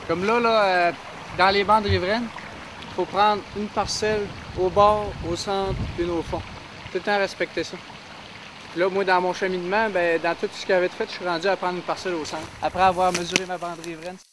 Comme dans les bandes riveraines, il faut prendre une parcelle au bord, au centre, une au fond. Tout le temps respecter ça. Puis là, moi, dans mon cheminement, ben, dans tout ce que j'avais fait, je suis rendu à prendre une parcelle au centre. Après avoir mesuré ma bande riveraine.